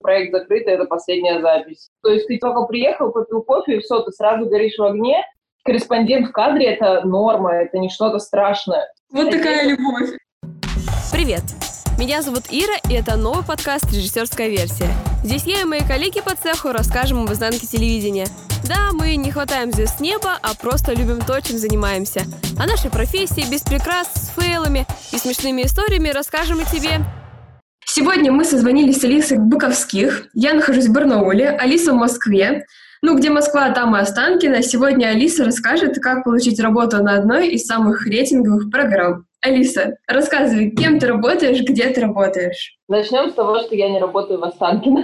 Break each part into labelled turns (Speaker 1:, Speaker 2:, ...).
Speaker 1: проект закрыт, это последняя запись. То есть ты только приехал, попил кофе, и все, ты сразу горишь в огне. Корреспондент в кадре — это норма, это не что-то страшное.
Speaker 2: Вот такая любовь.
Speaker 3: Привет! Меня зовут Ира, и это новый подкаст «Режиссерская версия». Здесь я и мои коллеги по цеху расскажем об изнанке телевидения. Да, мы не хватаем звезд с неба, а просто любим то, чем занимаемся. О нашей профессии, без прикрас, с фейлами и смешными историями расскажем и тебе.
Speaker 2: Сегодня мы созвонились с Алисой Быковских. Я нахожусь в Барнауле, Алиса в Москве. Где Москва, там и Останкино. Сегодня Алиса расскажет, как получить работу на одной из самых рейтинговых программ. Алиса, рассказывай, кем ты работаешь, где ты работаешь?
Speaker 1: Начнем с того, что я не работаю в Останкино.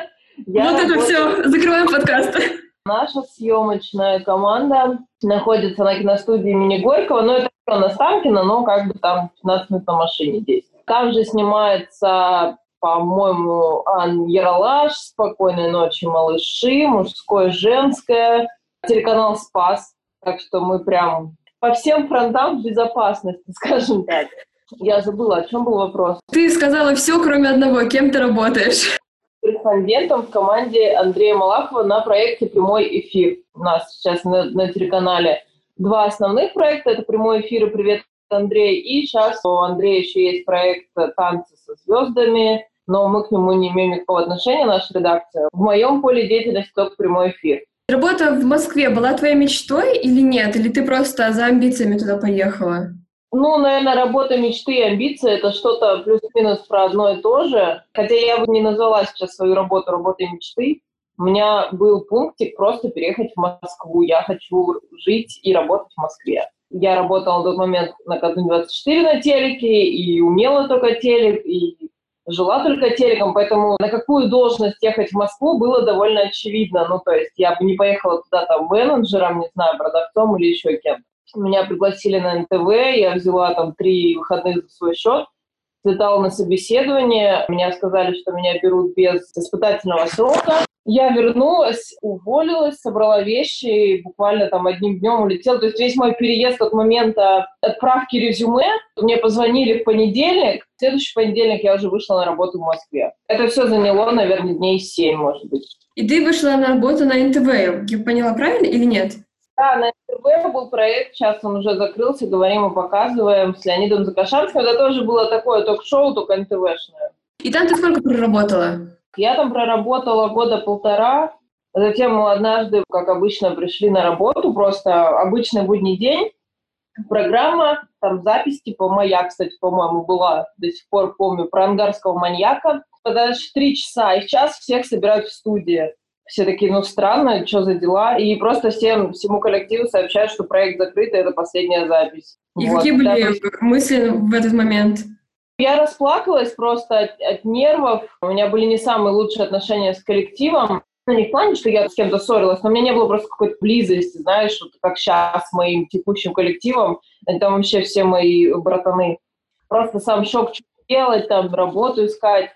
Speaker 2: Это все, закрываем подкаст.
Speaker 1: Наша съемочная команда находится на киностудии имени Горького. Это на Останкино, но там 15 минут на машине здесь. Там же снимается, по-моему, Ан Ералаш, «Спокойной ночи, малыши», «Мужское, женское», телеканал «Спас». Так что мы прям по всем фронтам в безопасности, скажем так. Я забыла, о чем был вопрос.
Speaker 2: Ты сказала все, кроме одного. Кем ты работаешь?
Speaker 1: Корреспондентом в команде Андрея Малахова на проекте «Прямой эфир». У нас сейчас на телеканале два основных проекта. Это «Прямой эфир» и «Привет, Андрей». И сейчас у Андрея еще есть проект «Танцы со звездами», но мы к нему не имеем никакого отношения, наша редакция. В моем поле деятельности только «Прямой эфир».
Speaker 2: Работа в Москве была твоей мечтой или нет? Или ты просто за амбициями туда поехала?
Speaker 1: Наверное, работа мечты и амбиции — это что-то плюс-минус про одно и то же. Хотя я бы не назвала сейчас свою работу работой мечты. У меня был пунктик просто переехать в Москву. Я хочу жить и работать в Москве. Я работала в тот момент на Казань-24 на телеке, и умела только телек, и жила только телеком, поэтому на какую должность ехать в Москву было довольно очевидно. То есть я бы не поехала туда менеджером, не знаю, продавцом или еще кем-то. Меня пригласили на НТВ, я взяла 3 выходных за свой счет, слетала на собеседование, меня сказали, что меня берут без испытательного срока. Я вернулась, уволилась, собрала вещи и буквально одним днем улетела. То есть весь мой переезд от момента отправки резюме, мне позвонили в понедельник, в следующий понедельник я уже вышла на работу в Москве. Это все заняло, наверное, дней 7, может быть.
Speaker 2: И ты вышла на работу на НТВ, я поняла правильно или нет?
Speaker 1: Да, на НТВ был проект, сейчас он уже закрылся, говорим и показываем, с Леонидом Закашанским. Это тоже было такое ток-шоу, только НТВшное.
Speaker 2: И там ты сколько проработала? Я
Speaker 1: там проработала 1.5 года. Затем мы однажды, как обычно, пришли на работу, просто обычный будний день. Программа, запись, «Маяк», кстати, по-моему, была, до сих пор помню, про ангарского маньяка. Дальше 3 часа, и в час всех собирают в студии. Все такие, странно, что за дела? И просто всему коллективу сообщают, что проект закрыт, и это последняя запись.
Speaker 2: И какие были мысли в этот момент?
Speaker 1: Я расплакалась просто от нервов. У меня были не самые лучшие отношения с коллективом. Не в плане, что я с кем-то ссорилась, но у меня не было просто какой-то близости, знаешь, как сейчас с моим текущим коллективом. Там вообще все мои братаны. Просто сам шок, что делать, работу искать.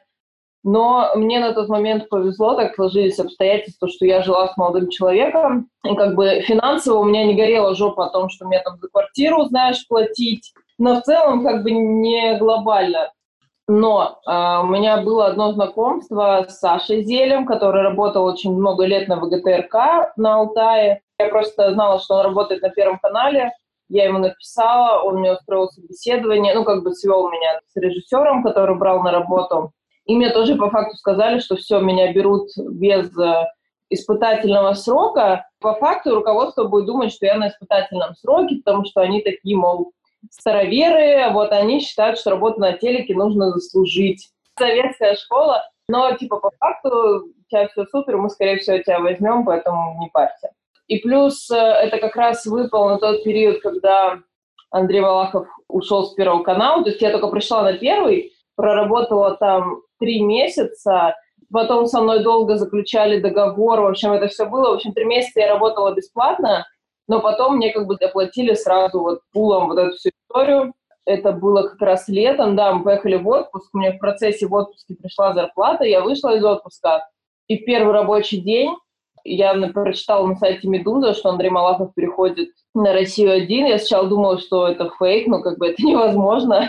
Speaker 1: Но мне на тот момент повезло, так сложились обстоятельства, что я жила с молодым человеком, и финансово у меня не горела жопа о том, что мне за квартиру, знаешь, платить, но в целом не глобально. Но у меня было одно знакомство с Сашей Зелем, который работал очень много лет на ВГТРК на Алтае. Я просто знала, что он работает на Первом канале. Я ему написала, он мне устроил собеседование, свел меня с режиссером, который брал на работу. И мне тоже по факту сказали, что все, меня берут без испытательного срока. По факту руководство будет думать, что я на испытательном сроке, потому что они такие, мол, староверы, они считают, что работу на телеке нужно заслужить. Советская школа, но по факту у тебя все супер, мы, скорее всего, тебя возьмем, поэтому не парься. И плюс это как раз выпал на тот период, когда Андрей Малахов ушел с Первого канала, то есть я только пришла на Первый, проработала 3 месяца, потом со мной долго заключали договор, в общем, это все было. В общем, 3 месяца я работала бесплатно, но потом мне оплатили сразу пулом эту всю историю. Это было как раз летом, да, мы поехали в отпуск, мне в процессе в отпуске пришла зарплата, я вышла из отпуска, и в первый рабочий день я прочитала на сайте «Медуза», что Андрей Малахов переходит на Россию-1. Я сначала думала, что это фейк, это невозможно.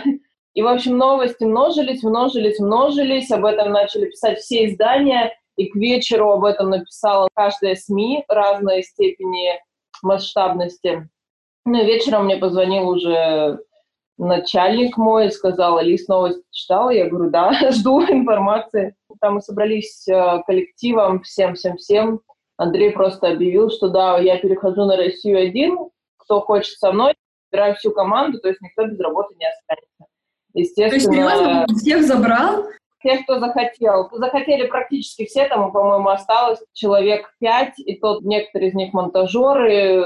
Speaker 1: И, в общем, новости множились, об этом начали писать все издания, и к вечеру об этом написала каждая СМИ разной степени масштабности. Ну и вечером мне позвонил уже начальник мой и сказал: Алис, новости читала? Я говорю: да, жду информации. Там мы собрались коллективом, всем. Андрей просто объявил, что да, я перехожу на Россию-1, кто хочет со мной, собираю всю команду, то есть никто без работы не останется. Естественно,
Speaker 2: То есть, серьезно, всех забрал?
Speaker 1: Тех, кто захотел. Захотели практически все, там, по-моему, осталось человек 5, и тот некоторые из них монтажеры,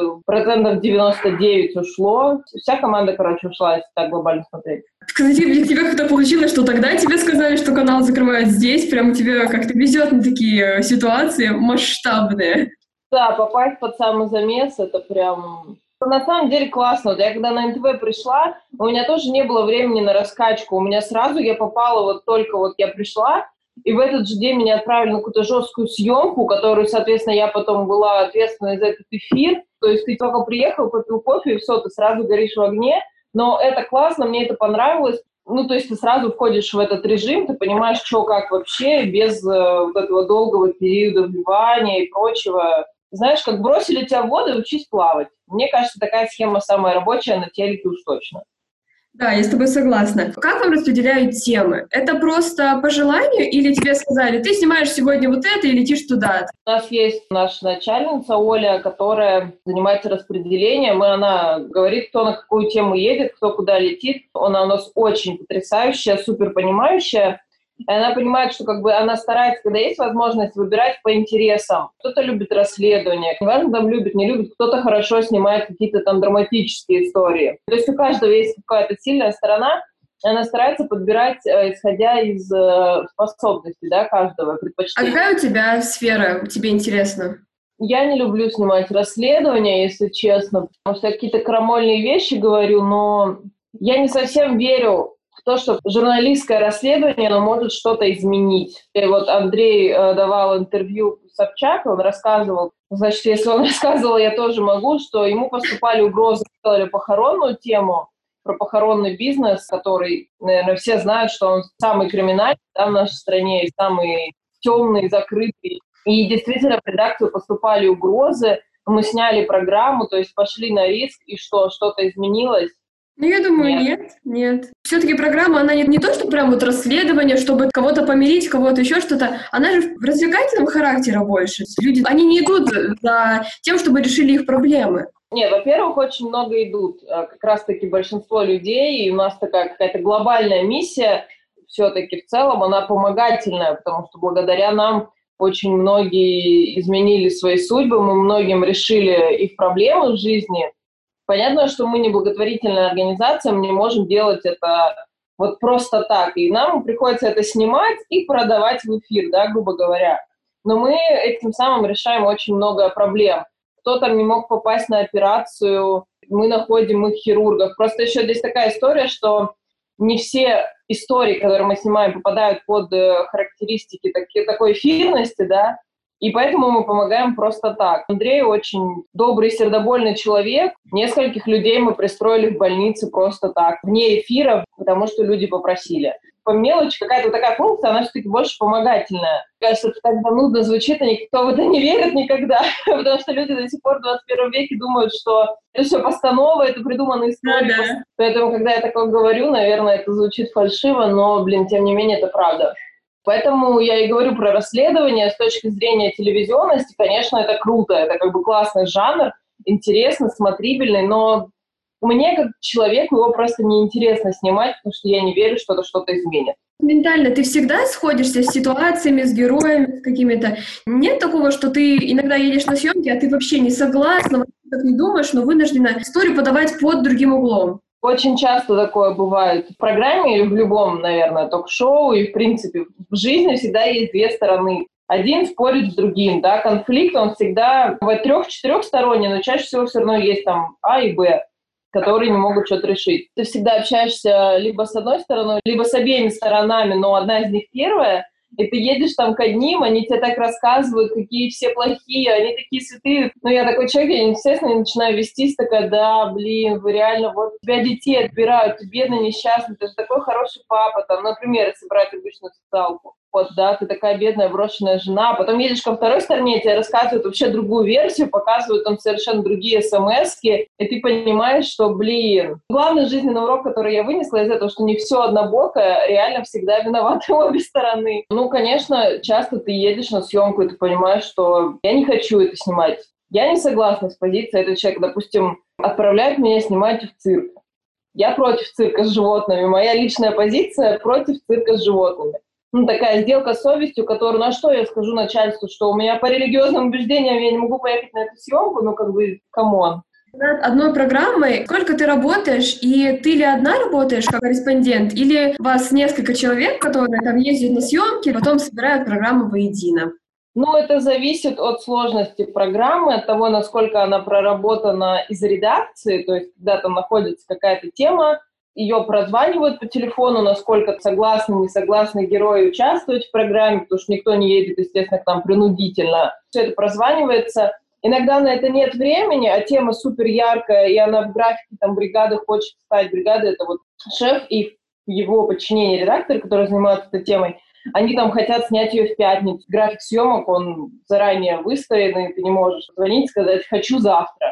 Speaker 1: 99% ушло. Вся команда, короче, ушла, если так глобально смотреть.
Speaker 2: Кстати, для тебя как-то получилось, что тогда тебе сказали, что канал закрывают здесь, прям тебе как-то везет на такие ситуации масштабные.
Speaker 1: Да, попасть под самый замес, это прям... На самом деле классно. Вот я когда на НТВ пришла, у меня тоже не было времени на раскачку. У меня сразу я попала я пришла, и в этот же день меня отправили на какую-то жесткую съемку, которую, соответственно, я потом была ответственна за этот эфир. То есть ты только приехал, попил кофе, и все, ты сразу горишь в огне. Но это классно, мне это понравилось. Ну, то есть ты сразу входишь в этот режим, ты понимаешь, что как вообще, без вот этого долгого периода вливания и прочего. Знаешь, как бросили тебя в воду и учись плавать. Мне кажется, такая схема самая рабочая на телеке уж точно.
Speaker 2: Да, я с тобой согласна. Как вам распределяют темы? Это просто по желанию или тебе сказали, ты снимаешь сегодня вот это и летишь туда?
Speaker 1: У нас есть наша начальница Оля, которая занимается распределением, и она говорит, кто на какую тему едет, кто куда летит. Она у нас очень потрясающая, супер понимающая. И она понимает, что она старается, когда есть возможность, выбирать по интересам. Кто-то любит расследования, неважно, там любит, не любит, кто-то хорошо снимает какие-то там драматические истории. То есть у каждого есть какая-то сильная сторона, и она старается подбирать, исходя из способностей, да, каждого, предпочтений.
Speaker 2: А какая у тебя сфера, тебе интересно?
Speaker 1: Я не люблю снимать расследования, если честно, потому что я какие-то крамольные вещи говорю, но я не совсем верю то, что журналистское расследование, оно может что-то изменить. И вот Андрей давал интервью Собчак, он рассказывал, значит, если он рассказывал, я тоже могу, что ему поступали угрозы, сделали похоронную тему, про похоронный бизнес, который, наверное, все знают, что он самый криминальный, да, в нашей стране, и самый темный, закрытый. И действительно в редакцию поступали угрозы, мы сняли программу, то есть пошли на риск, и что, что-то изменилось?
Speaker 2: Ну, я думаю, нет. Все-таки программа, она не то, что прям вот расследование, чтобы кого-то помирить, кого-то еще что-то. Она же в развлекательном характере больше. Люди, они не идут за тем, чтобы решили их проблемы.
Speaker 1: Нет, во-первых, очень много идут. Как раз-таки большинство людей, и у нас такая какая-то глобальная миссия, все-таки в целом она помогательная, потому что благодаря нам очень многие изменили свои судьбы, мы многим решили их проблемы в жизни. Понятно, что мы не благотворительная организация, мы не можем делать это вот просто так. И нам приходится это снимать и продавать в эфир, да, грубо говоря. Но мы этим самым решаем очень много проблем. Кто-то не мог попасть на операцию, мы находим их хирургов. Просто еще здесь такая история, что не все истории, которые мы снимаем, попадают под характеристики такой эфирности, да, и поэтому мы помогаем просто так. Андрей очень добрый, сердобольный человек. Нескольких людей мы пристроили в больнице просто так, вне эфира, потому что люди попросили. По мелочи какая-то такая функция, она все-таки больше помогательная. Кажется, это так нудно звучит, и никто в это не верит никогда, потому что люди до сих пор в 21 веке думают, что это все постанова, это придуманная история. Да. Поэтому, когда я такое говорю, наверное, это звучит фальшиво, но, тем не менее, это правда. Поэтому я и говорю про расследование с точки зрения телевизионности. Конечно, это круто, это классный жанр, интересно, смотрибельный, но мне, как человеку, его просто неинтересно снимать, потому что я не верю, что это что-то изменит.
Speaker 2: Ментально ты всегда сходишься с ситуациями, с героями, с какими-то... Нет такого, что ты иногда едешь на съемки, а ты вообще не согласна, так не думаешь, но вынуждена историю подавать под другим углом?
Speaker 1: Очень часто такое бывает в программе или в любом, наверное, ток-шоу, и, в принципе, в жизни всегда есть две стороны. Один спорит с другим, да, конфликт, он всегда бывает 3-4-сторонний, но чаще всего все равно есть там А и Б, которые не могут что-то решить. Ты всегда общаешься либо с одной стороной, либо с обеими сторонами, но одна из них первая, И ты едешь там к одним, они тебе так рассказывают, какие все плохие, они такие святые. Ну, я такой человек, я, естественно, начинаю вестись, такая, да, блин, вы реально, вот тебя детей отбирают, ты бедный, несчастный, ты же такой хороший папа, там, например, если брать обычную социалку. Вот, да, ты такая бедная, брошенная жена. Потом едешь ко второй стороне, тебе рассказывают вообще другую версию, показывают там совершенно другие смс-ки, и ты понимаешь, что, блин, главный жизненный урок, который я вынесла из этого, что не все однобокое, реально всегда виноваты обе стороны. Ну, конечно, часто ты едешь на съемку, и ты понимаешь, что я не хочу это снимать. Я не согласна с позицией этого человека. Допустим, отправляют меня снимать в цирк. Я против цирка с животными. Моя личная позиция против цирка с животными. Ну, такая сделка с совестью, которую, на что я скажу начальству, что у меня по религиозным убеждениям я не могу поехать на эту съемку, ну, как бы, камон.
Speaker 2: Одной программой, сколько ты работаешь, и ты ли одна работаешь как корреспондент, или вас несколько человек, которые там ездят на съемки, потом собирают программу воедино?
Speaker 1: Ну, это зависит от сложности программы, от того, насколько она проработана из редакции, то есть, когда там находится какая-то тема, ее прозванивают по телефону, насколько согласны, не согласны герои участвовать в программе, потому что никто не едет, естественно, к нам принудительно. Все это прозванивается. Иногда на это нет времени, а тема супер яркая, и она в графике, там, бригады хочет стать. Бригада — это вот шеф и его подчинение редакторы, которые занимаются этой темой. Они там хотят снять ее в пятницу. График съемок, он заранее выставлен, и ты не можешь позвонить и сказать «хочу завтра».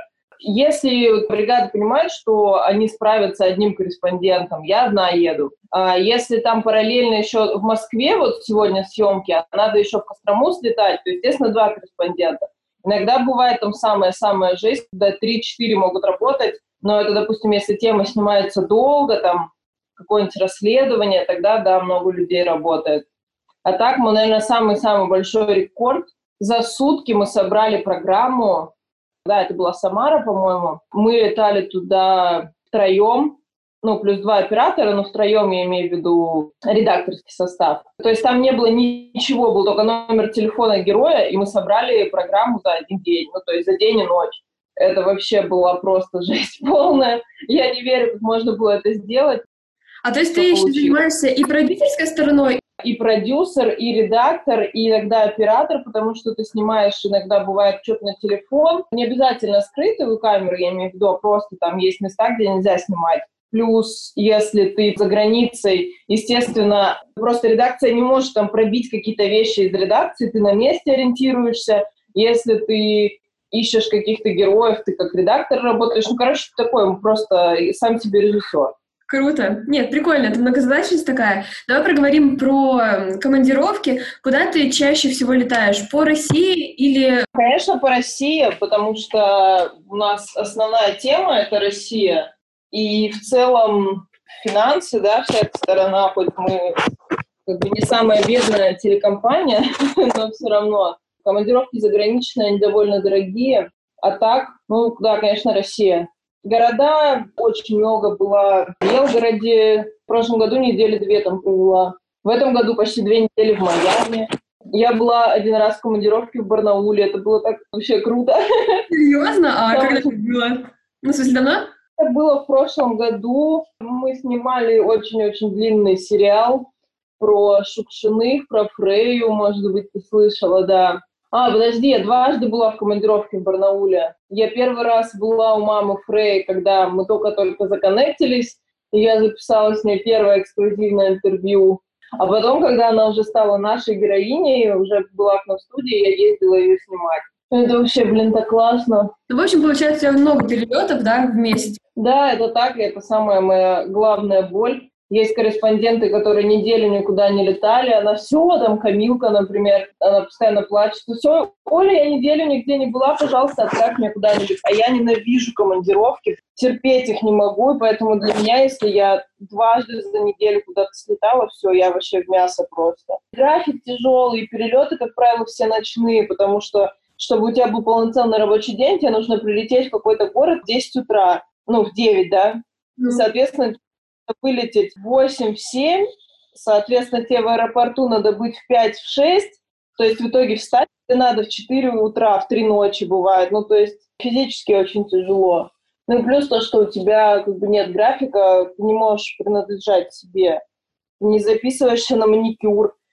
Speaker 1: Если бригада понимает, что они справятся одним корреспондентом, я одна еду. А если там параллельно еще в Москве, вот сегодня съемки, а надо еще в Кострому слетать, то, естественно, 2 корреспондента. Иногда бывает там самая-самая жесть, когда 3-4 могут работать, но это, допустим, если тема снимается долго, там какое-нибудь расследование, тогда, да, много людей работает. А так мы, наверное, самый-самый большой рекорд. За сутки мы собрали программу. Да, это была Самара, по-моему. Мы летали туда втроем, ну, плюс 2 оператора, но втроем я имею в виду редакторский состав. То есть там не было ничего, был только номер телефона героя, и мы собрали программу за один день, ну, то есть за день и ночь. Это вообще была просто жесть полная. Я не верю, как можно было это сделать.
Speaker 2: А то есть ты еще занимаешься и продюсерской стороной?
Speaker 1: И продюсер, и редактор, и иногда оператор, потому что ты снимаешь, иногда бывает что-то на телефон. Не обязательно скрытую камеру, я имею в виду, а просто там есть места, где нельзя снимать. Плюс, если ты за границей, естественно, просто редакция не может там пробить какие-то вещи из редакции, ты на месте ориентируешься. Если ты ищешь каких-то героев, ты как редактор работаешь. Ну, короче, такой просто сам себе режиссер.
Speaker 2: Круто. Нет, прикольно, это многозадачность такая. Давай проговорим про командировки. Куда ты чаще всего летаешь? По России или...
Speaker 1: Конечно, по России, потому что у нас основная тема — это Россия. И в целом финансы, да, вся эта сторона, хоть мы как бы не самая бедная телекомпания, но все равно командировки заграничные, они довольно дорогие. А так, ну да, конечно, Россия. Города очень много было в Белгороде. В прошлом году 2 недели там провела. В этом году почти 2 недели в Майами. Я была 1 раз в командировке в Барнауле. Это было так вообще круто.
Speaker 2: Серьезно? А когда это было? Ну, в смысле, давно?
Speaker 1: Это было в прошлом году. Мы снимали очень-очень длинный сериал про Шукшиных, про Фрейю, может быть, ты слышала, да. Подожди, я 2 была в командировке в Барнауле. Я 1 раз была у мамы Фрей, когда мы только-только законнектились, и я записала с ней 1 эксклюзивное интервью. А потом, когда она уже стала нашей героиней, уже была к нам в студии, я ездила ее снимать. Это вообще, блин, так классно.
Speaker 2: Ну, в общем, получается, у тебя много перелетов, да, вместе?
Speaker 1: Да, это так, и это самая моя главная боль. Есть корреспонденты, которые неделю никуда не летали. Она все, там, Камилка, например, она постоянно плачет. Все, Оля, я неделю нигде не была, пожалуйста, отправь меня куда-нибудь. А я ненавижу командировки, терпеть их не могу, и поэтому для меня, если я 2 за неделю куда-то слетала, все, я вообще в мясо просто. График тяжелый, перелеты, как правило, все ночные, потому что, чтобы у тебя был полноценный рабочий день, тебе нужно прилететь в какой-то город в 10 утра, ну, в 9, да, и, соответственно, вылететь в 8, в 7, соответственно, тебе в аэропорту надо быть в 5, в 6, то есть в итоге встать тебе надо в 4 утра, в 3 ночи бывает, ну, то есть физически очень тяжело. Ну, и плюс то, что у тебя как бы нет графика, ты не можешь принадлежать себе, не записываешься на маникюр,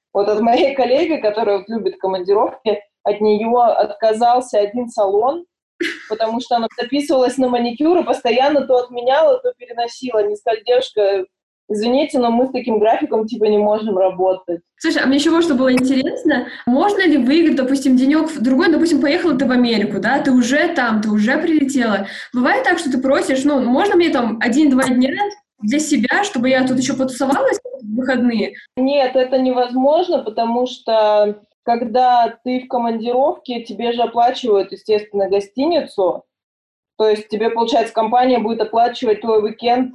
Speaker 1: Вот от моей коллеги, которая вот любит командировки, от нее отказался один салон, потому что она записывалась на маникюр и постоянно то отменяла, то переносила. Они сказали: девушка, извините, но мы с таким графиком типа не можем работать.
Speaker 2: Слушай, а мне еще вот что было интересно, можно ли выиграть, допустим, денек-другой, допустим, поехала ты в Америку, да, ты уже там, ты уже прилетела. Бывает так, что ты просишь, ну, можно мне там 1-2 дня для себя, чтобы я тут еще потусовалась в выходные?
Speaker 1: Нет, это невозможно, потому что когда ты в командировке, тебе же оплачивают, естественно, гостиницу. То есть тебе, получается, компания будет оплачивать твой уикенд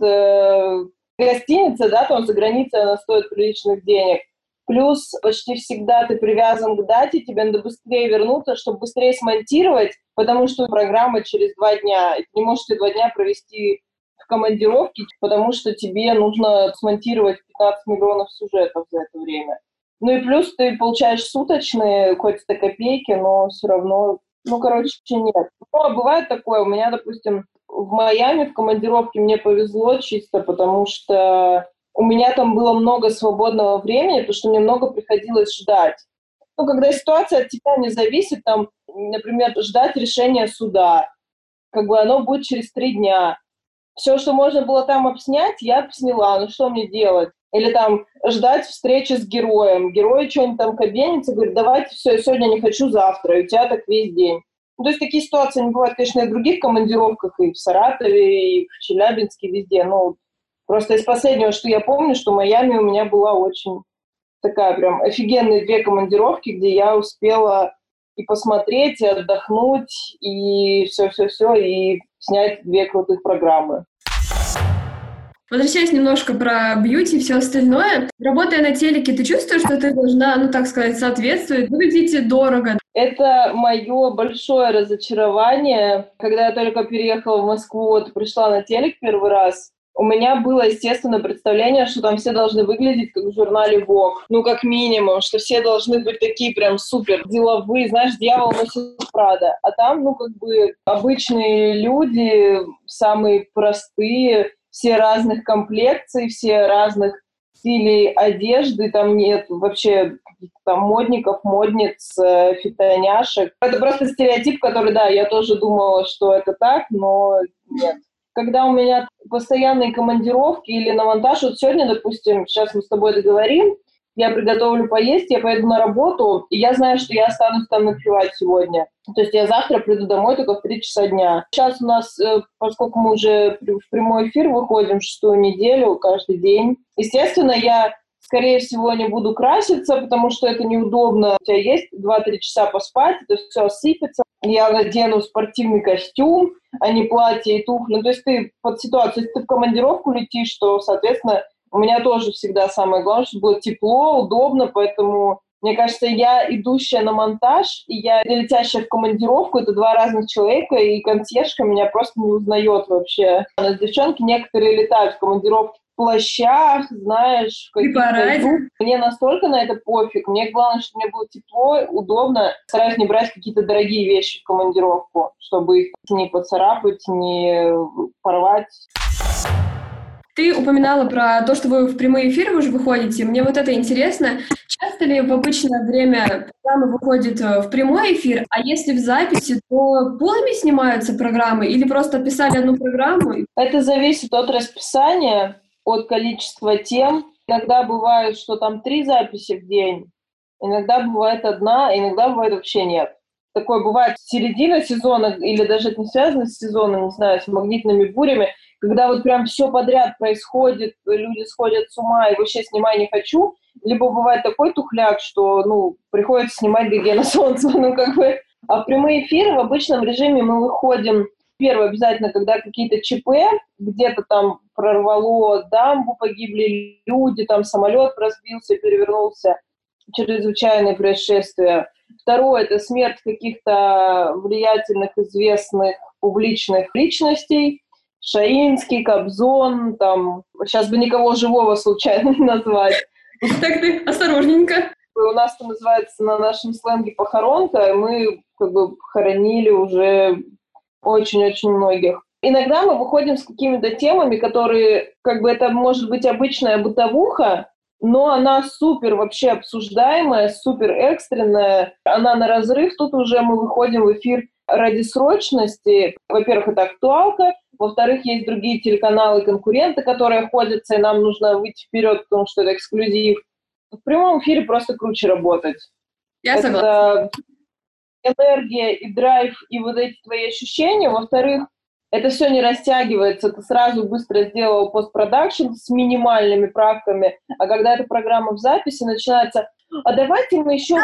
Speaker 1: гостиница, да, там за границей она стоит приличных денег. Плюс почти всегда ты привязан к дате, тебе надо быстрее вернуться, чтобы быстрее смонтировать, потому что программа через 2 дня. И ты не можешь эти 2 дня провести в командировке, потому что тебе нужно смонтировать 15 миллионов сюжетов за это время. Ну и плюс ты получаешь суточные, хоть это копейки, но все равно, ну, короче, нет. Ну, а бывает такое, у меня, допустим, в Майами в командировке мне повезло чисто, потому что у меня там было много свободного времени, потому что мне много приходилось ждать. Ну, когда ситуация от тебя не зависит, там, например, ждать решения суда, как бы оно будет через 3 дня. Все, что можно было там обснять, я обсняла. Ну, что мне делать? Или там ждать встречи с героем. Герой что-нибудь там кабенится, говорит: давайте, все, я сегодня не хочу, завтра. И у тебя так весь день. Ну, то есть такие ситуации не бывают, конечно, и в других командировках, и в Саратове, и в Челябинске, везде. Ну, просто из последнего, что я помню, что в Майами у меня была очень такая прям офигенные 2 командировки, где я успела и посмотреть, и отдохнуть, и все-все-все, и снять 2 крутых программы.
Speaker 2: Возвращаясь немножко про бьюти и все остальное, работая на телеке, ты чувствуешь, что ты должна, ну, так сказать, соответствовать, выглядеть дорого?
Speaker 1: Это мое большое разочарование. Когда я только переехала в Москву, вот пришла на телек первый раз, у меня было, естественно, представление, что там все должны выглядеть как в журнале Vogue. Ну, как минимум, что все должны быть такие прям супер деловые, знаешь, дьявол носит Прада. А там, ну, как бы обычные люди, самые простые, все разных комплекций, все разных стилей одежды, там нет вообще там модников, модниц, фитоняшек. Это просто стереотип, который, да, я тоже думала, что это так, но нет. Когда у меня постоянные командировки или на монтаж, вот сегодня, допустим, сейчас мы с тобой договорим, я приготовлю поесть, я поеду на работу, и я знаю, что я останусь там ночевать сегодня. То есть я завтра приду домой только в 3 часа дня. Сейчас у нас, поскольку мы уже в прямой эфир выходим 6-ю неделю, каждый день, естественно, я, скорее всего, не буду краситься, потому что это неудобно. У тебя есть 2-3 часа поспать, то есть все осыпется. Я надену спортивный костюм, а не платье и туфли. Ну, то есть ты под ситуацию, если ты в командировку летишь, то, соответственно, у меня тоже всегда самое главное, чтобы было тепло, удобно, поэтому, мне кажется, я идущая на монтаж и я летящая в командировку, это 2 разных человека, и консьержка меня просто не узнает вообще. У нас девчонки некоторые летают в командировке в плащах, знаешь, в каких-то... Мне настолько на это пофиг. Мне главное, чтобы мне было тепло, удобно. Стараюсь не брать какие-то дорогие вещи в командировку, чтобы их не поцарапать, не порвать.
Speaker 2: Ты упоминала про то, что вы в прямой эфир уже выходите. Мне вот это интересно. Часто ли в обычное время программа выходит в прямой эфир, а если в записи, то пулами снимаются программы или просто писали одну программу?
Speaker 1: Это зависит от расписания, от количества тем. Иногда бывает, что там 3 записи в день, иногда бывает 1, иногда бывает вообще нет. Такое бывает середина сезона, или даже это не связано с сезоном, не знаю, с магнитными бурями, когда вот прям все подряд происходит, люди сходят с ума, и вообще снимай не хочу. Либо бывает такой тухляк, что, ну, приходится снимать «Гигиена солнца», ну, как бы. А в прямые эфиры в обычном режиме мы выходим, первое, обязательно, когда какие-то ЧП, где-то там прорвало дамбу, погибли люди, там самолет разбился, перевернулся, чрезвычайные происшествия. Второе – это смерть каких-то влиятельных, известных, публичных личностей. Шаинский, Кобзон, там, сейчас бы никого живого случайно не назвать.
Speaker 2: Так ты осторожненько.
Speaker 1: У нас это называется на нашем сленге похоронка, и мы как бы хоронили уже очень-очень многих. Иногда мы выходим с какими-то темами, которые, как бы это может быть обычная бытовуха, но она супер вообще обсуждаемая, супер экстренная, она на разрыв. Тут уже мы выходим в эфир ради срочности. Во-первых, это актуалка, во-вторых, есть другие телеканалы-конкуренты, которые охотятся, и нам нужно выйти вперед, потому что это эксклюзив. В прямом эфире просто круче работать.
Speaker 2: Я согласна.
Speaker 1: Это энергия и драйв, и вот эти твои ощущения. Во-вторых, это все не растягивается, ты сразу быстро сделал постпродакшн с минимальными правками, а когда эта программа в записи, начинается, а давайте мы еще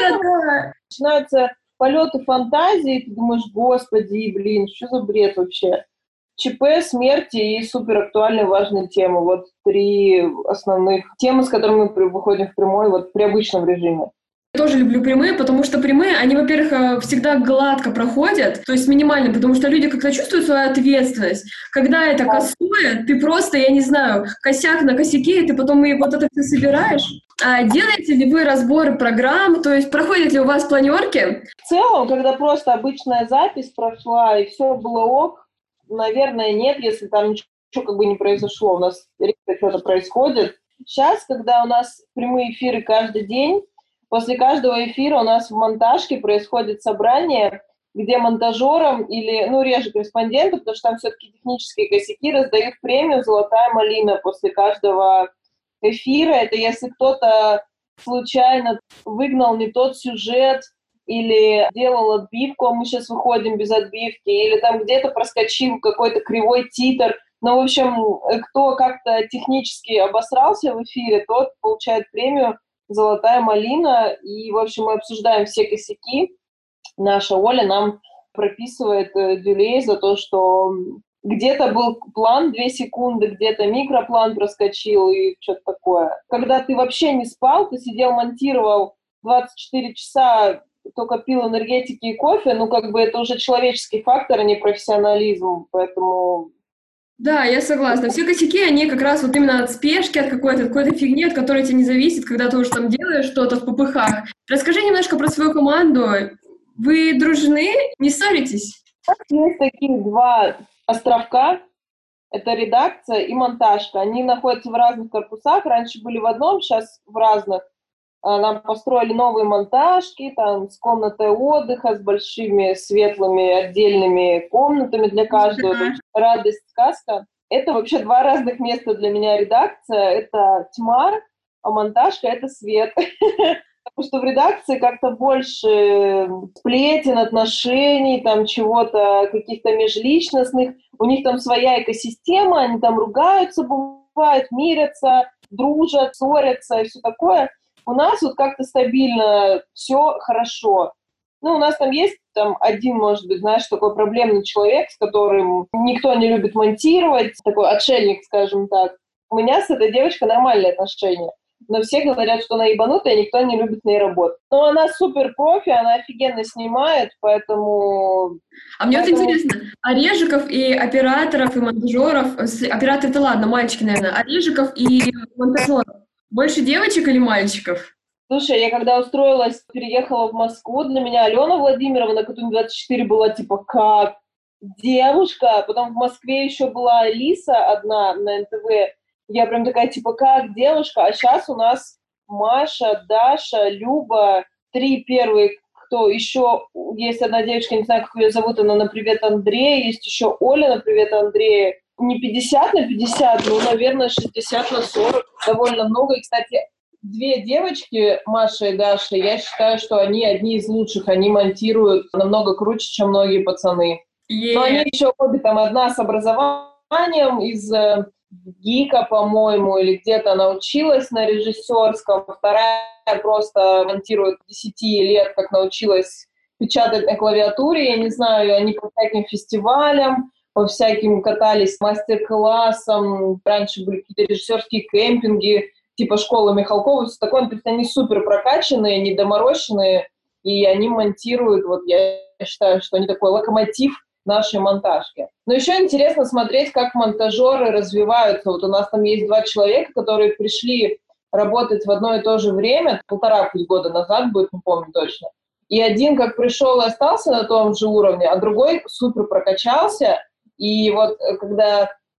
Speaker 1: начинаются полеты фантазии, ты думаешь, господи, блин, что за бред вообще? ЧП, смерти и суперактуальные важные темы. Вот 3 основных темы, с которыми мы выходим в прямой, вот при обычном режиме.
Speaker 2: Я тоже люблю прямые, потому что прямые, они, во-первых, всегда гладко проходят, то есть минимально, потому что люди как-то чувствуют свою ответственность. Когда это косое, ты просто, я не знаю, косяк на косяке, и ты потом и вот это все собираешь. А делаете ли вы разборы программ, то есть проходят ли у вас планерки?
Speaker 1: В целом, когда просто обычная запись прошла, и все было ок, наверное, нет, если там ничего как бы не произошло. У нас редко что-то происходит. Сейчас, когда у нас прямые эфиры каждый день, после каждого эфира у нас в монтажке происходит собрание, где монтажерам или, реже корреспонденту, потому что там все-таки технические косяки, раздают премию «Золотая малина» после каждого эфира. Это если кто-то случайно выгнал не тот сюжет или делал отбивку, а мы сейчас выходим без отбивки, или там где-то проскочил какой-то кривой титр. В общем, кто как-то технически обосрался в эфире, тот получает премию «Золотая малина», и, в общем, мы обсуждаем все косяки. Наша Оля нам прописывает дюлей за то, что где-то был план 2 секунды, где-то микроплан проскочил и что-то такое. Когда ты вообще не спал, ты сидел, монтировал 24 часа, только пил энергетики и кофе, это уже человеческий фактор, а не профессионализм, поэтому...
Speaker 2: Да, я согласна. Все косяки, они как раз вот именно от спешки, от какой-то фигни, от которой тебе не зависит, когда ты уже там делаешь что-то в попыхах. Расскажи немножко про свою команду. Вы дружны? Не ссоритесь?
Speaker 1: Есть такие 2 островка. Это редакция и монтажка. Они находятся в разных корпусах. Раньше были в одном, сейчас в разных. Нам построили новые монтажки, там, с комнатой отдыха, с большими светлыми отдельными комнатами для каждого. Радость, сказка. Это вообще 2 разных места для меня редакция. Это тьма, а монтажка — это свет. Потому что в редакции как-то больше сплетен, отношений, там чего-то, каких-то межличностных. У них там своя экосистема, они там ругаются, бывают, мирятся, дружат, ссорятся и все такое. У нас вот как-то стабильно, все хорошо. У нас там есть один, может быть, такой проблемный человек, с которым никто не любит монтировать, такой отшельник, скажем так. У меня с этой девочкой нормальные отношения. Но все говорят, что она ебанутая, и никто не любит с ней работать. Но она супер профи, она офигенно снимает, поэтому...
Speaker 2: А мне вот интересно, орежиков и операторов, и монтажеров... Операторы-то ладно, мальчики, наверное. Орежиков и монтажеров. Больше девочек или мальчиков?
Speaker 1: Слушай, я когда устроилась, переехала в Москву, для меня Алена Владимировна на Катунь-24 была как девушка. Потом в Москве еще была Алиса одна на НТВ. Я прям такая как девушка. А сейчас у нас Маша, Даша, Люба, 3 первые, кто еще... Есть одна девочка, не знаю, как ее зовут, она на «Привет, Андрей». Есть еще Оля на «Привет, Андрей». Не 50 на 50, наверное, 60 на 40. Довольно много. И, кстати, 2 девочки, Маша и Даша, я считаю, что они одни из лучших. Они монтируют намного круче, чем многие пацаны. Но они еще обе одна с образованием из ГИКа, по-моему, или где-то она училась на режиссерском. Вторая просто монтирует 10 лет, как научилась печатать на клавиатуре. Я не знаю, они по всяким фестивалям, по всяким катались мастер-классам, раньше были какие-то режиссерские кемпинги, типа школы Михалкова, все такое, то есть они супер прокачанные, недоморощенные, и они монтируют, я считаю, что они такой локомотив нашей монтажки. Но еще интересно смотреть, как монтажеры развиваются. Вот у нас там есть 2 человека, которые пришли работать в одно и то же время, 1,5 года назад будет, не помню точно. И один как пришел и остался на том же уровне, а другой супер прокачался. И вот когда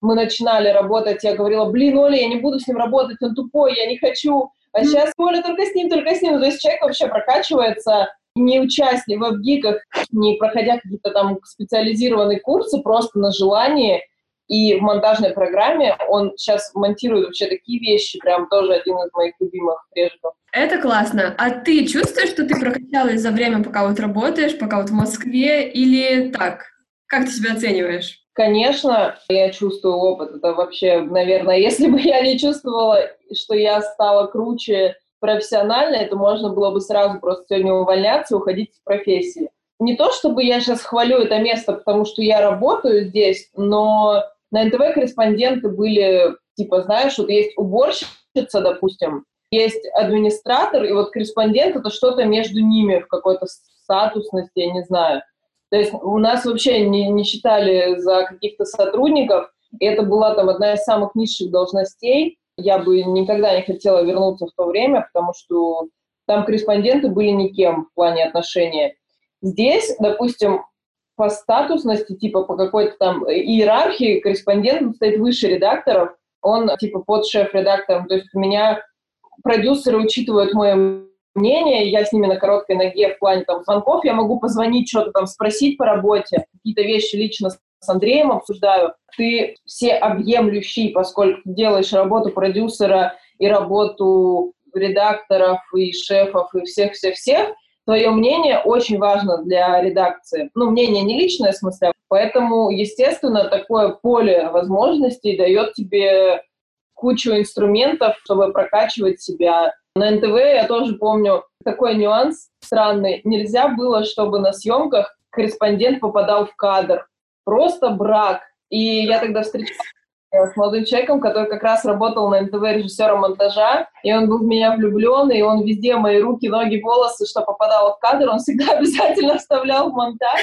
Speaker 1: мы начинали работать, я говорила, блин, Оля, я не буду с ним работать, он тупой, я не хочу. А сейчас, Оля, только с ним. То есть человек вообще прокачивается, не учась ни в веб-гиках, не проходя какие-то там специализированные курсы, просто на желании. И в монтажной программе он сейчас монтирует вообще такие вещи, прям тоже один из моих любимых прежде.
Speaker 2: Это классно. А ты чувствуешь, что ты прокачалась за время, пока вот работаешь, пока вот в Москве, или так? Как ты себя оцениваешь?
Speaker 1: Конечно, я чувствую опыт. Это вообще, наверное, если бы я не чувствовала, что я стала круче профессионально, то можно было бы сразу просто сегодня увольняться и уходить из профессии. Не то, чтобы я сейчас хвалю это место, потому что я работаю здесь, но на НТВ корреспонденты были, типа, знаешь, вот есть уборщица, допустим, есть администратор, и вот корреспондент — это что-то между ними в какой-то статусности, я не знаю. То есть у нас вообще не считали за каких-то сотрудников, и это была там одна из самых низших должностей. Я бы никогда не хотела вернуться в то время, потому что там корреспонденты были никем в плане отношения. Здесь, допустим, по статусности, типа по какой-то там иерархии корреспондент стоит выше редакторов, он типа под шеф-редактором. То есть у меня продюсеры учитывают мое мнение, я с ними на короткой ноге в плане там звонков, я могу позвонить, что-то там спросить по работе, какие-то вещи лично с Андреем обсуждаю. Ты всеобъемлющий, поскольку ты делаешь работу продюсера и работу редакторов и шефов и всех-всех-всех, твое мнение очень важно для редакции. Ну, мнение не личное, в смысле. Поэтому, естественно, такое поле возможностей дает тебе кучу инструментов, чтобы прокачивать себя. На НТВ я тоже помню такой нюанс странный. Нельзя было, чтобы на съемках корреспондент попадал в кадр. Просто брак. И я тогда встречалась с молодым человеком, который как раз работал на НТВ режиссером монтажа, и он был в меня влюблен, и он везде мои руки, ноги, волосы, что попадало в кадр, он всегда обязательно вставлял в монтаж.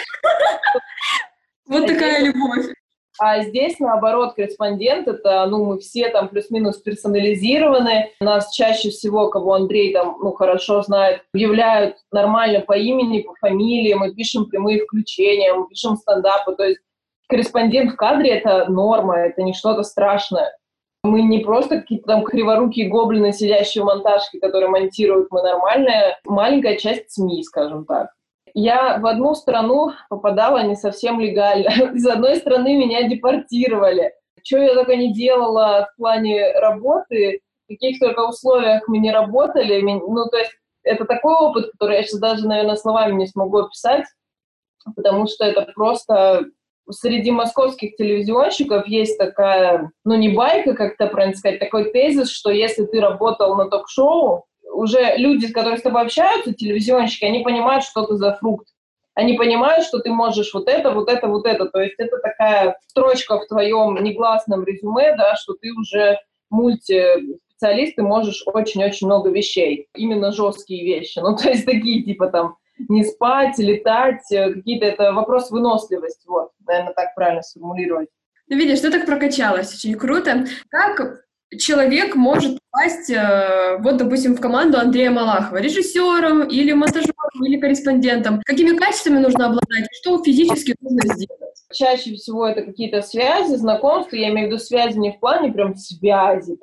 Speaker 2: Вот такая любовь.
Speaker 1: А здесь, наоборот, корреспондент, это, мы все там плюс-минус персонализированы. Нас чаще всего, кого Андрей там, хорошо знает, объявляют нормально по имени, по фамилии, мы пишем прямые включения, мы пишем стендапы. То есть корреспондент в кадре — это норма, это не что-то страшное. Мы не просто какие-то там криворукие гоблины, сидящие в монтажке, которые монтируют, мы нормальная маленькая часть СМИ, скажем так. Я в одну страну попадала не совсем легально. Из одной страны меня депортировали. Что я только не делала в плане работы, в каких только условиях мы не работали. То есть это такой опыт, который я сейчас даже, наверное, словами не смогу описать, потому что это просто... Среди московских телевизионщиков есть такая, не байка, как это правильно сказать, такой тезис, что если ты работал на ток-шоу, уже люди, которые с тобой общаются, телевизионщики, они понимают, что ты за фрукт. Они понимают, что ты можешь вот это. То есть это такая строчка в твоем негласном резюме, да, что ты уже мультиспециалист, ты можешь очень-очень много вещей. Именно жесткие вещи. То есть такие типа там не спать, летать, какие-то это вопрос выносливости. Вот, наверное, так правильно сформулировать.
Speaker 2: Видишь, ты так прокачалась, очень круто. Как человек может попасть, допустим, в команду Андрея Малахова, режиссером или монтажером, или корреспондентом? Какими качествами нужно обладать? Что физически нужно сделать?
Speaker 1: Чаще всего это какие-то связи, знакомства. Я имею в виду связи не в плане прям связи,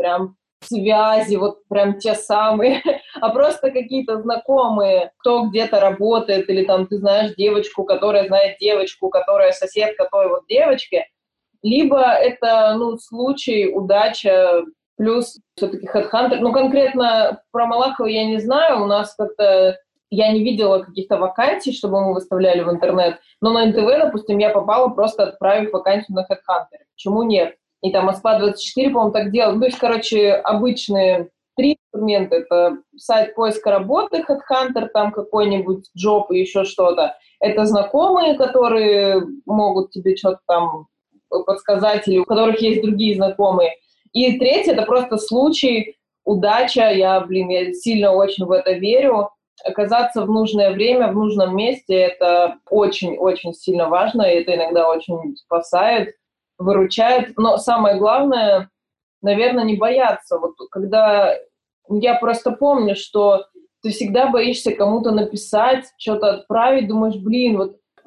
Speaker 1: вот прям те самые, а просто какие-то знакомые, кто где-то работает, или там ты знаешь девочку, которая знает девочку, которая соседка той вот девочки. Либо это, случай, удача, плюс все-таки HeadHunter. Конкретно про Малахова я не знаю, у нас как-то... Я не видела каких-то вакансий, чтобы мы выставляли в интернет, но на НТВ, допустим, я попала, просто отправив вакансию на HeadHunter. Почему нет? И там Москва-24, по-моему, так делал. Обычные 3 инструмента. Это сайт поиска работы, HeadHunter, там какой-нибудь джоб и еще что-то. Это знакомые, которые могут тебе что-то там подсказать, или у которых есть другие знакомые. И 3 — это просто случай, удача. Я сильно очень в это верю. Оказаться в нужное время, в нужном месте — это очень-очень сильно важно, и это иногда очень спасает, выручает. Но самое главное, наверное, не бояться. Вот когда я просто помню, что ты всегда боишься кому-то написать, что-то отправить, думаешь,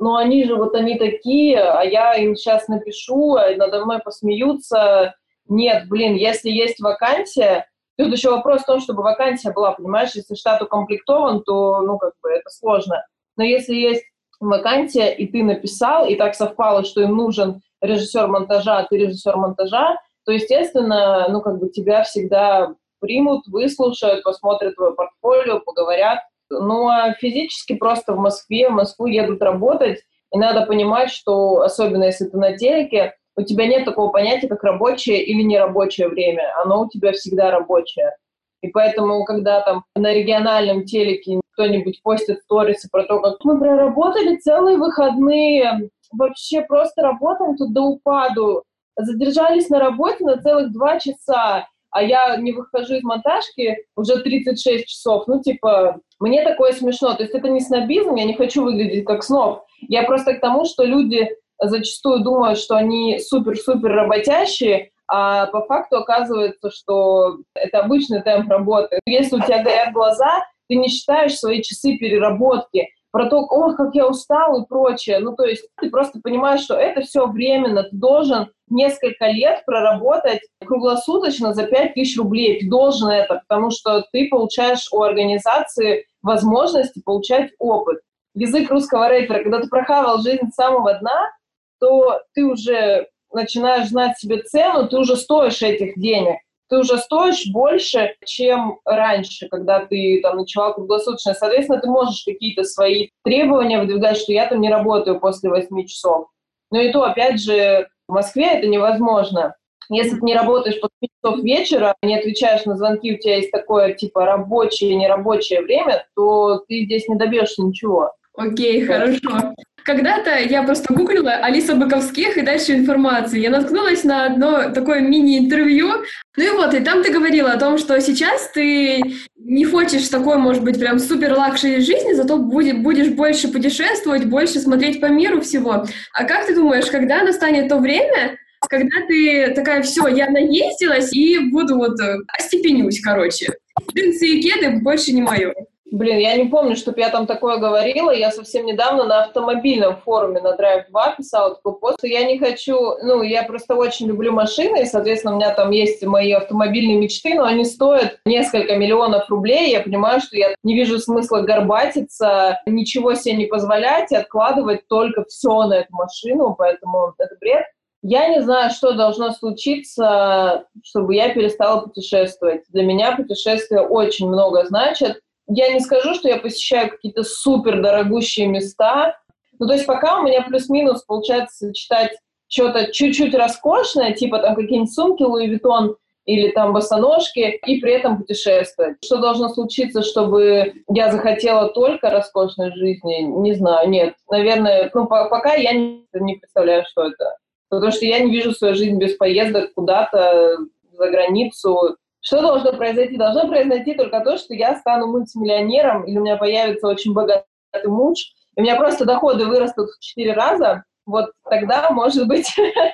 Speaker 1: ну они же вот они такие, а я им сейчас напишу, а надо мной посмеются. Нет, блин, если есть вакансия, тут еще вопрос в том, чтобы вакансия была, понимаешь, если штат укомплектован, то, ну, как бы это сложно. Но если есть вакансия, и ты написал, и так совпало, что им нужен режиссер монтажа, а ты режиссер монтажа, то, естественно, ну, как бы тебя всегда примут, выслушают, посмотрят твое портфолио, поговорят. Ну, а физически просто в Москву едут работать, и надо понимать, что, особенно если ты на телеке, у тебя нет такого понятия, как рабочее или нерабочее время. Оно у тебя всегда рабочее. И поэтому, когда там на региональном телеке кто-нибудь постит сторисы про то, как мы проработали целые выходные, вообще просто работаем тут до упаду, задержались на работе на целых 2 часа, а я не выхожу из монтажки уже 36 часов. Ну, типа, мне такое смешно. То есть это не снобизм, я не хочу выглядеть как сноб. Я просто к тому, что люди зачастую думают, что они супер-супер работящие, а по факту оказывается, что это обычный темп работы. Если у тебя горят глаза, ты не считаешь свои часы переработки, про то, ох, как я устал и прочее. Ну, то есть ты просто понимаешь, что это все временно. Ты должен несколько лет проработать круглосуточно за 5000 рублей. Ты должен это, потому что ты получаешь у организации возможности получать опыт. Язык русского рэпера, когда ты прохавал жизнь с самого дна, то ты уже начинаешь знать себе цену, ты уже стоишь этих денег. Ты уже стоишь больше, чем раньше, когда ты там начала круглосуточно. Соответственно, ты можешь какие-то свои требования выдвигать, что я там не работаю после 8 часов. Но и то, опять же, в Москве это невозможно. Если ты не работаешь после 5 часов вечера, не отвечаешь на звонки, у тебя есть такое, типа, рабочее и нерабочее время, то ты здесь не добьешься ничего.
Speaker 2: Окей, хорошо. Когда-то я просто гуглила Алиса Быковских и дальше информации. Я наткнулась на одно такое мини-интервью. Ну и вот, и там ты говорила о том, что сейчас ты не хочешь такой, может быть, прям супер лакшери жизни, зато будешь больше путешествовать, больше смотреть по миру всего. А как ты думаешь, когда настанет то время, когда ты такая, все, я наездилась и буду вот остепенюсь, короче. Джинсы и кеды больше не мое.
Speaker 1: Блин, я не помню, чтобы я там такое говорила. Я совсем недавно на автомобильном форуме на Drive 2 писала такой пост. Я не хочу... Ну, я просто очень люблю машины, и, соответственно, у меня там есть мои автомобильные мечты, но они стоят несколько миллионов рублей. Я понимаю, что я не вижу смысла горбатиться, ничего себе не позволять и откладывать только все на эту машину, поэтому это бред. Я не знаю, что должно случиться, чтобы я перестала путешествовать. Для меня путешествия очень много значат. Я не скажу, что я посещаю какие-то супер дорогущие места. Ну, то есть пока у меня плюс-минус получается сочетать что-то чуть-чуть роскошное, типа там какие-нибудь сумки Луи Виттон или там босоножки, и при этом путешествовать. Что должно случиться, чтобы я захотела только роскошной жизни? Не знаю, нет. Наверное, ну, пока я не представляю, что это. Потому что я не вижу свою жизнь без поездок куда-то за границу. Что должно произойти? Должно произойти только то, что я стану мультимиллионером, или у меня появится очень богатый муж, и у меня просто доходы вырастут в 4 раза. Вот тогда, может быть,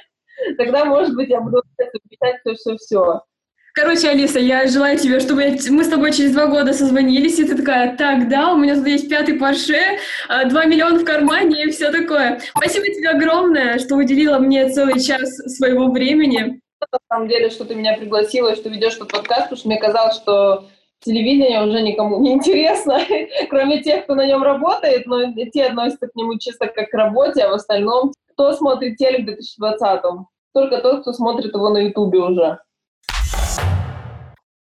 Speaker 1: я буду писать все.
Speaker 2: Короче, Алиса, я желаю тебе, чтобы мы с тобой через 2 года созвонились, и ты такая, так, да, у меня тут есть 5-й Порше, 2 миллиона в кармане и все такое. Спасибо тебе огромное, что уделила мне целый час своего времени.
Speaker 1: На самом деле, что ты меня пригласила, что ведешь этот подкаст, потому что мне казалось, что телевидение уже никому не интересно, кроме тех, кто на нем работает, но те относятся к нему чисто как к работе, а в остальном, кто смотрит телек в 2020-м? Только тот, кто смотрит его на Ютубе уже.